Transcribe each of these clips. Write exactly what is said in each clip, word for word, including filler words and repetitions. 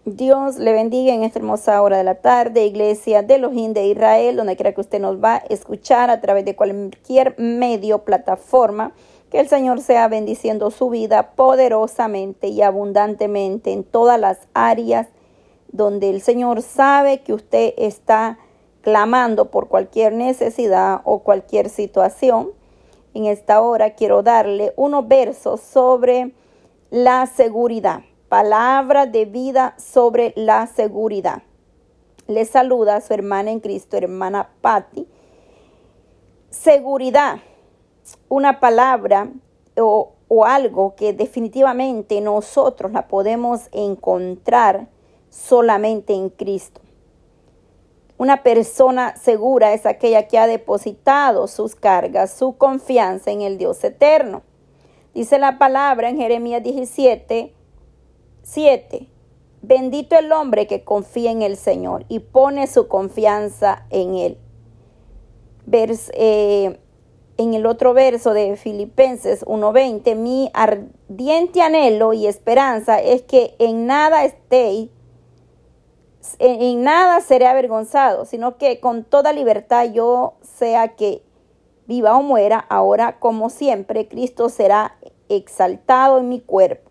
Dios le bendiga en esta hermosa hora de la tarde, Iglesia de Elohim de Israel, donde quiera que usted nos va a escuchar a través de cualquier medio, plataforma. Que el Señor sea bendiciendo su vida poderosamente y abundantemente en todas las áreas donde el Señor sabe que usted está clamando por cualquier necesidad o cualquier situación. En esta hora quiero darle unos versos sobre la seguridad. Palabra de vida sobre la seguridad. Le saluda a su hermana en Cristo, hermana Patti. Seguridad, una palabra o, o algo que definitivamente nosotros la podemos encontrar solamente en Cristo. Una persona segura es aquella que ha depositado sus cargas, su confianza en el Dios eterno. Dice la palabra en Jeremías diecisiete, siete. Bendito el hombre que confía en el Señor y pone su confianza en Él. Vers, eh, en el otro verso de Filipenses uno veinte, mi ardiente anhelo y esperanza es que en nada estéis, en, en nada seré avergonzado, sino que con toda libertad yo sea que viva o muera, ahora como siempre, Cristo será exaltado en mi cuerpo.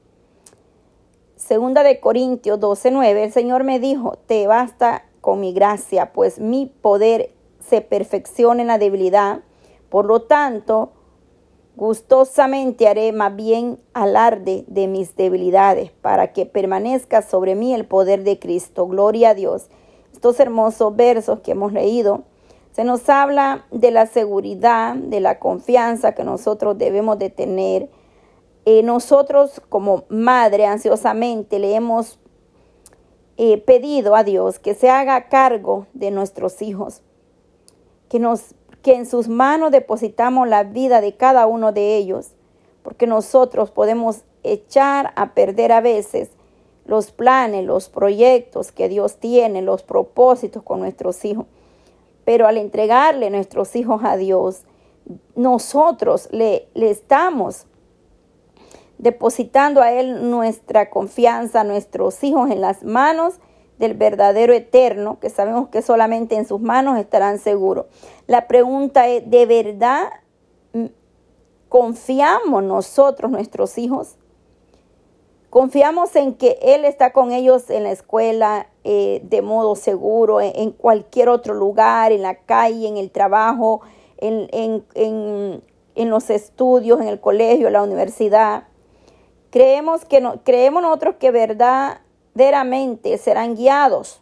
Segunda de Corintios doce, nueve, el Señor me dijo, te basta con mi gracia, pues mi poder se perfecciona en la debilidad. Por lo tanto, gustosamente haré más bien alarde de mis debilidades, para que permanezca sobre mí el poder de Cristo. Gloria a Dios. Estos hermosos versos que hemos leído, se nos habla de la seguridad, de la confianza que nosotros debemos de tener. Eh, nosotros como madre ansiosamente le hemos eh, pedido a Dios que se haga cargo de nuestros hijos, que, nos, que en sus manos depositamos la vida de cada uno de ellos, porque nosotros podemos echar a perder a veces los planes, los proyectos que Dios tiene, los propósitos con nuestros hijos. Pero al entregarle nuestros hijos a Dios, nosotros le, le estamos depositando a Él nuestra confianza, nuestros hijos en las manos del verdadero eterno, que sabemos que solamente en sus manos estarán seguros. La pregunta es, ¿de verdad confiamos nosotros, nuestros hijos? ¿Confiamos en que Él está con ellos en la escuela eh, de modo seguro, en, en cualquier otro lugar, en la calle, en el trabajo, en, en, en, en los estudios, en el colegio, en la universidad? Creemos que no, creemos nosotros que verdaderamente serán guiados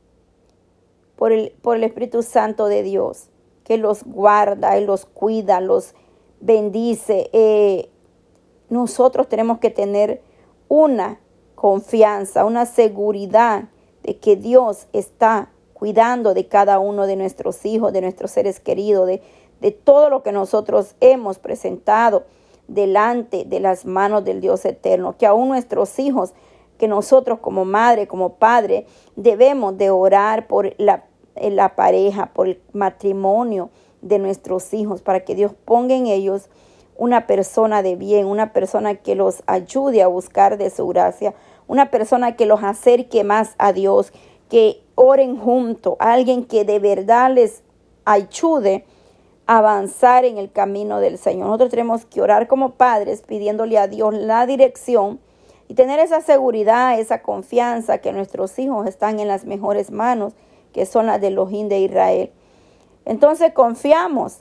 por el, por el Espíritu Santo de Dios, que los guarda, Él los cuida, los bendice. Eh, nosotros tenemos que tener una confianza, una seguridad de que Dios está cuidando de cada uno de nuestros hijos, de nuestros seres queridos, de, de todo lo que nosotros hemos presentado delante de las manos del Dios eterno, que aún nuestros hijos, que nosotros como madre, como padre, debemos de orar por la, la pareja, por el matrimonio de nuestros hijos, para que Dios ponga en ellos una persona de bien, una persona que los ayude a buscar de su gracia, una persona que los acerque más a Dios, que oren juntos, alguien que de verdad les ayude avanzar en el camino del Señor. Nosotros tenemos que orar como padres pidiéndole a Dios la dirección y tener esa seguridad, esa confianza que nuestros hijos están en las mejores manos, que son las de Elohim de Israel. Entonces confiamos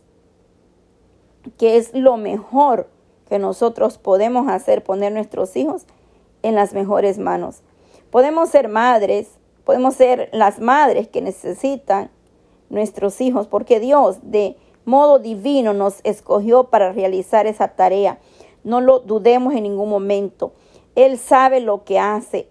que es lo mejor que nosotros podemos hacer, poner nuestros hijos en las mejores manos. Podemos ser madres, podemos ser las madres que necesitan nuestros hijos, porque Dios de modo divino nos escogió para realizar esa tarea. No lo dudemos en ningún momento. Él sabe lo que hace.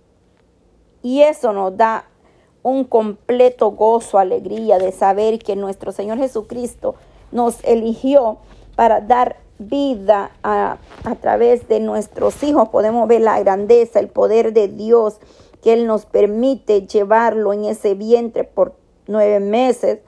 Y eso nos da un completo gozo, alegría de saber que nuestro Señor Jesucristo nos eligió para dar vida a, a través de nuestros hijos. Podemos ver la grandeza, el poder de Dios, que Él nos permite llevarlo en ese vientre por nueve meses.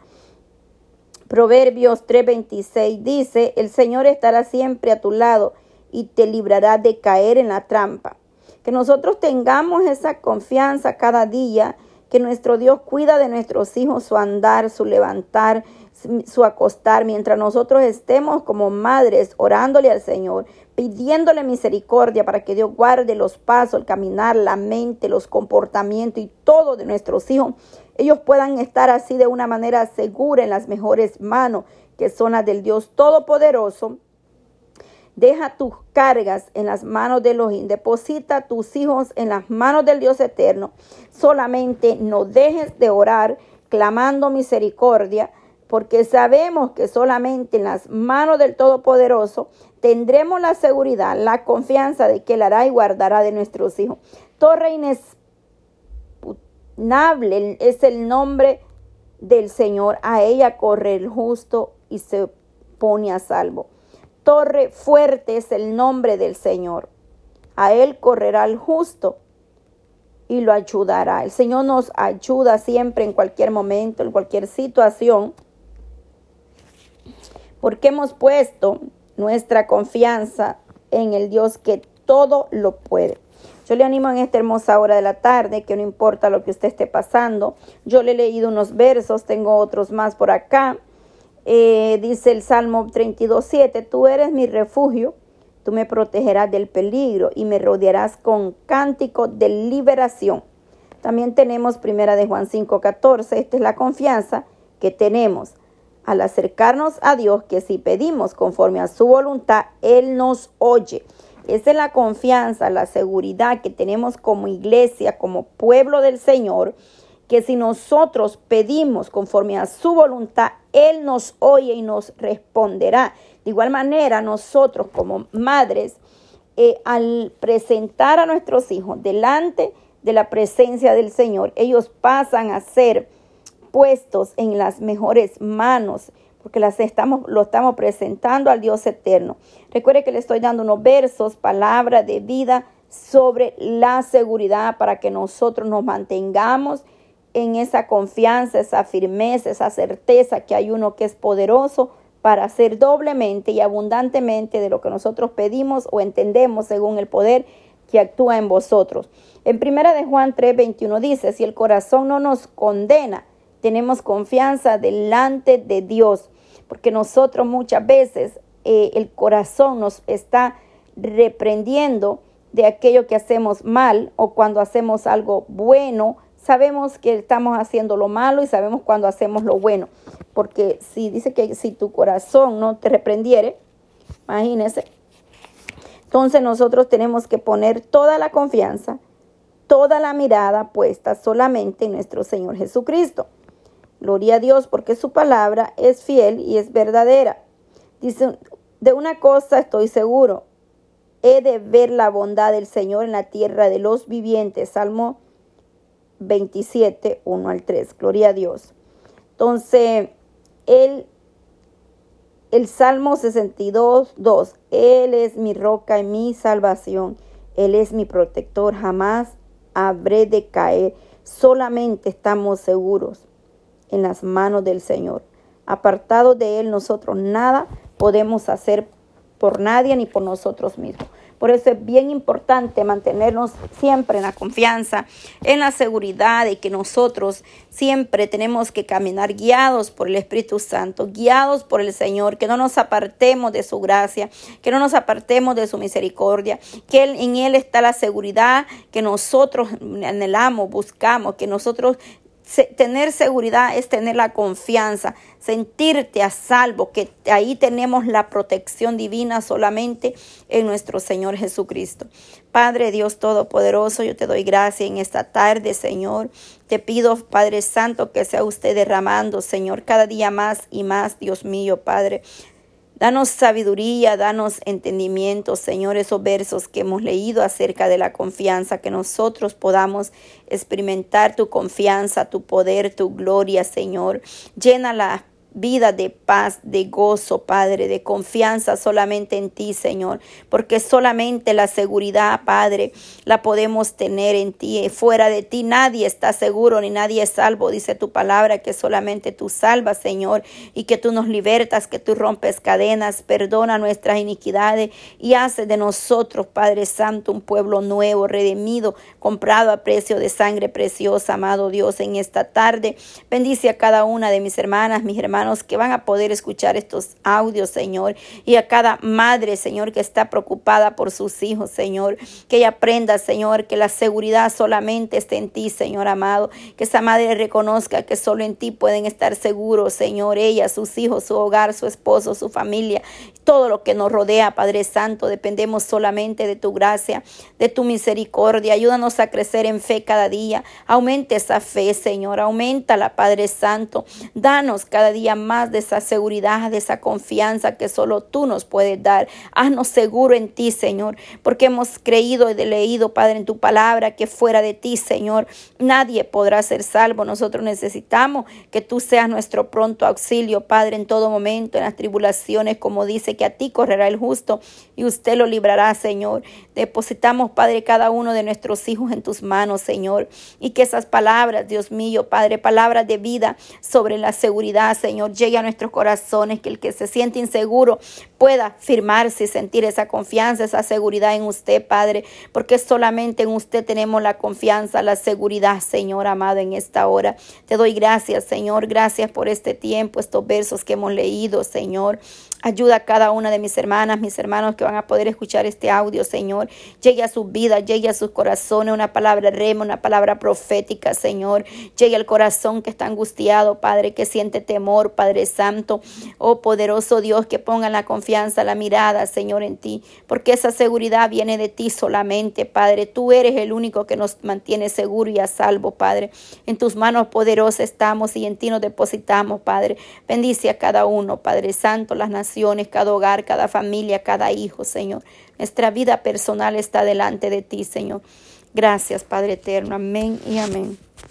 Proverbios tres veintiséis dice, el Señor estará siempre a tu lado y te librará de caer en la trampa. Que nosotros tengamos esa confianza cada día, que nuestro Dios cuida de nuestros hijos, su andar, su levantar, su acostar, mientras nosotros estemos como madres orándole al Señor, pidiéndole misericordia para que Dios guarde los pasos, el caminar, la mente, los comportamientos y todo de nuestros hijos. Ellos puedan estar así de una manera segura en las mejores manos, que son las del Dios Todopoderoso. Deja tus cargas en las manos de Elohim. Deposita tus hijos en las manos del Dios eterno. Solamente no dejes de orar clamando misericordia, porque sabemos que solamente en las manos del Todopoderoso tendremos la seguridad, la confianza de que Él hará y guardará de nuestros hijos. Torre inexpugnable es el nombre del Señor. A ella corre el justo y se pone a salvo. Torre fuerte es el nombre del Señor. A Él correrá el justo y lo ayudará. El Señor nos ayuda siempre, en cualquier momento, en cualquier situación, porque hemos puesto nuestra confianza en el Dios que todo lo puede. Yo le animo en esta hermosa hora de la tarde, que no importa lo que usted esté pasando. Yo le he leído unos versos, tengo otros más por acá. Eh, dice el Salmo treinta y dos, siete, tú eres mi refugio, tú me protegerás del peligro y me rodearás con cántico de liberación. También tenemos primera de Juan cinco, catorce, esta es la confianza que tenemos al acercarnos a Dios, que si pedimos conforme a su voluntad, Él nos oye. Esa es la confianza, la seguridad que tenemos como iglesia, como pueblo del Señor, que si nosotros pedimos conforme a su voluntad, Él nos oye y nos responderá. De igual manera, nosotros como madres, eh, al presentar a nuestros hijos delante de la presencia del Señor, ellos pasan a ser puestos en las mejores manos, porque las estamos, lo estamos presentando al Dios eterno. Recuerde que le estoy dando unos versos, palabras de vida sobre la seguridad, para que nosotros nos mantengamos en esa confianza, esa firmeza, esa certeza que hay uno que es poderoso para hacer doblemente y abundantemente de lo que nosotros pedimos o entendemos, según el poder que actúa en vosotros. En primera de Juan tres, veintiuno dice, si el corazón no nos condena, tenemos confianza delante de Dios, porque nosotros muchas veces eh, el corazón nos está reprendiendo de aquello que hacemos mal, o cuando hacemos algo bueno, sabemos que estamos haciendo lo malo y sabemos cuando hacemos lo bueno. Porque si dice que si tu corazón no te reprendiere, imagínese. Entonces nosotros tenemos que poner toda la confianza, toda la mirada puesta solamente en nuestro Señor Jesucristo. Gloria a Dios, porque su palabra es fiel y es verdadera. Dice, de una cosa estoy seguro, he de ver la bondad del Señor en la tierra de los vivientes. Salmo veintisiete, uno al tres. Gloria a Dios. Entonces, el, el Salmo sesenta y dos, dos. Él es mi roca y mi salvación. Él es mi protector. Jamás habré de caer. Solamente estamos seguros en las manos del Señor. Apartados de Él, nosotros nada podemos hacer por nadie ni por nosotros mismos. Por eso es bien importante mantenernos siempre en la confianza, en la seguridad de que nosotros siempre tenemos que caminar guiados por el Espíritu Santo, guiados por el Señor, que no nos apartemos de su gracia, que no nos apartemos de su misericordia, que él, en Él está la seguridad que nosotros anhelamos, buscamos, que nosotros tener seguridad es tener la confianza, sentirte a salvo, que ahí tenemos la protección divina solamente en nuestro Señor Jesucristo. Padre Dios Todopoderoso, yo te doy gracias en esta tarde, Señor. Te pido, Padre Santo, que sea usted derramando, Señor, cada día más y más, Dios mío, Padre. Danos sabiduría, danos entendimiento, Señor, esos versos que hemos leído acerca de la confianza, que nosotros podamos experimentar tu confianza, tu poder, tu gloria, Señor. Llena la vida de paz, de gozo, Padre, de confianza solamente en ti, Señor, porque solamente la seguridad, Padre, la podemos tener en ti. Fuera de ti nadie está seguro ni nadie es salvo. Dice tu palabra que solamente tú salvas, Señor, y que tú nos libertas, que tú rompes cadenas, perdona nuestras iniquidades y hace de nosotros, Padre Santo, un pueblo nuevo, redimido, comprado a precio de sangre preciosa, amado Dios. En esta tarde bendice a cada una de mis hermanas, mis hermanos que van a poder escuchar estos audios, Señor, y a cada madre, Señor, que está preocupada por sus hijos, Señor, que ella aprenda, Señor, que la seguridad solamente está en ti, Señor amado, que esa madre reconozca que solo en ti pueden estar seguros, Señor, ella, sus hijos, su hogar, su esposo, su familia, todo lo que nos rodea, Padre Santo. Dependemos solamente de tu gracia, de tu misericordia. Ayúdanos a crecer en fe cada día. Aumente esa fe, Señor, auméntala, Padre Santo. Danos cada día más de esa seguridad, de esa confianza que solo tú nos puedes dar. Haznos seguro en ti, Señor, porque hemos creído y leído, Padre, en tu palabra que fuera de ti, Señor, nadie podrá ser salvo. Nosotros necesitamos que tú seas nuestro pronto auxilio, Padre, en todo momento, en las tribulaciones, como dice que a ti correrá el justo y usted lo librará, Señor. Depositamos, Padre, cada uno de nuestros hijos en tus manos, Señor, y que esas palabras, Dios mío, Padre, palabras de vida sobre la seguridad, Señor, llegue a nuestros corazones, que el que se siente inseguro pueda firmarse y sentir esa confianza, esa seguridad en usted, Padre, porque solamente en usted tenemos la confianza, la seguridad, Señor amado, en esta hora. Te doy gracias, Señor, gracias por este tiempo, estos versos que hemos leído, Señor. Ayuda a cada una de mis hermanas, mis hermanos que van a poder escuchar este audio, Señor. Llegue a sus vidas, llegue a sus corazones, una palabra rema, una palabra profética, Señor. Llegue al corazón que está angustiado, Padre, que siente temor, Padre Santo. Oh, poderoso Dios, que pongan la confianza, la mirada, Señor, en ti, porque esa seguridad viene de ti solamente, Padre. Tú eres el único que nos mantiene seguro y a salvo, Padre. En tus manos poderosas estamos y en ti nos depositamos, Padre. Bendice a cada uno, Padre Santo, las naciones, cada hogar, cada familia, cada hijo, Señor. Nuestra vida personal está delante de ti, Señor. Gracias, Padre eterno. Amén y amén.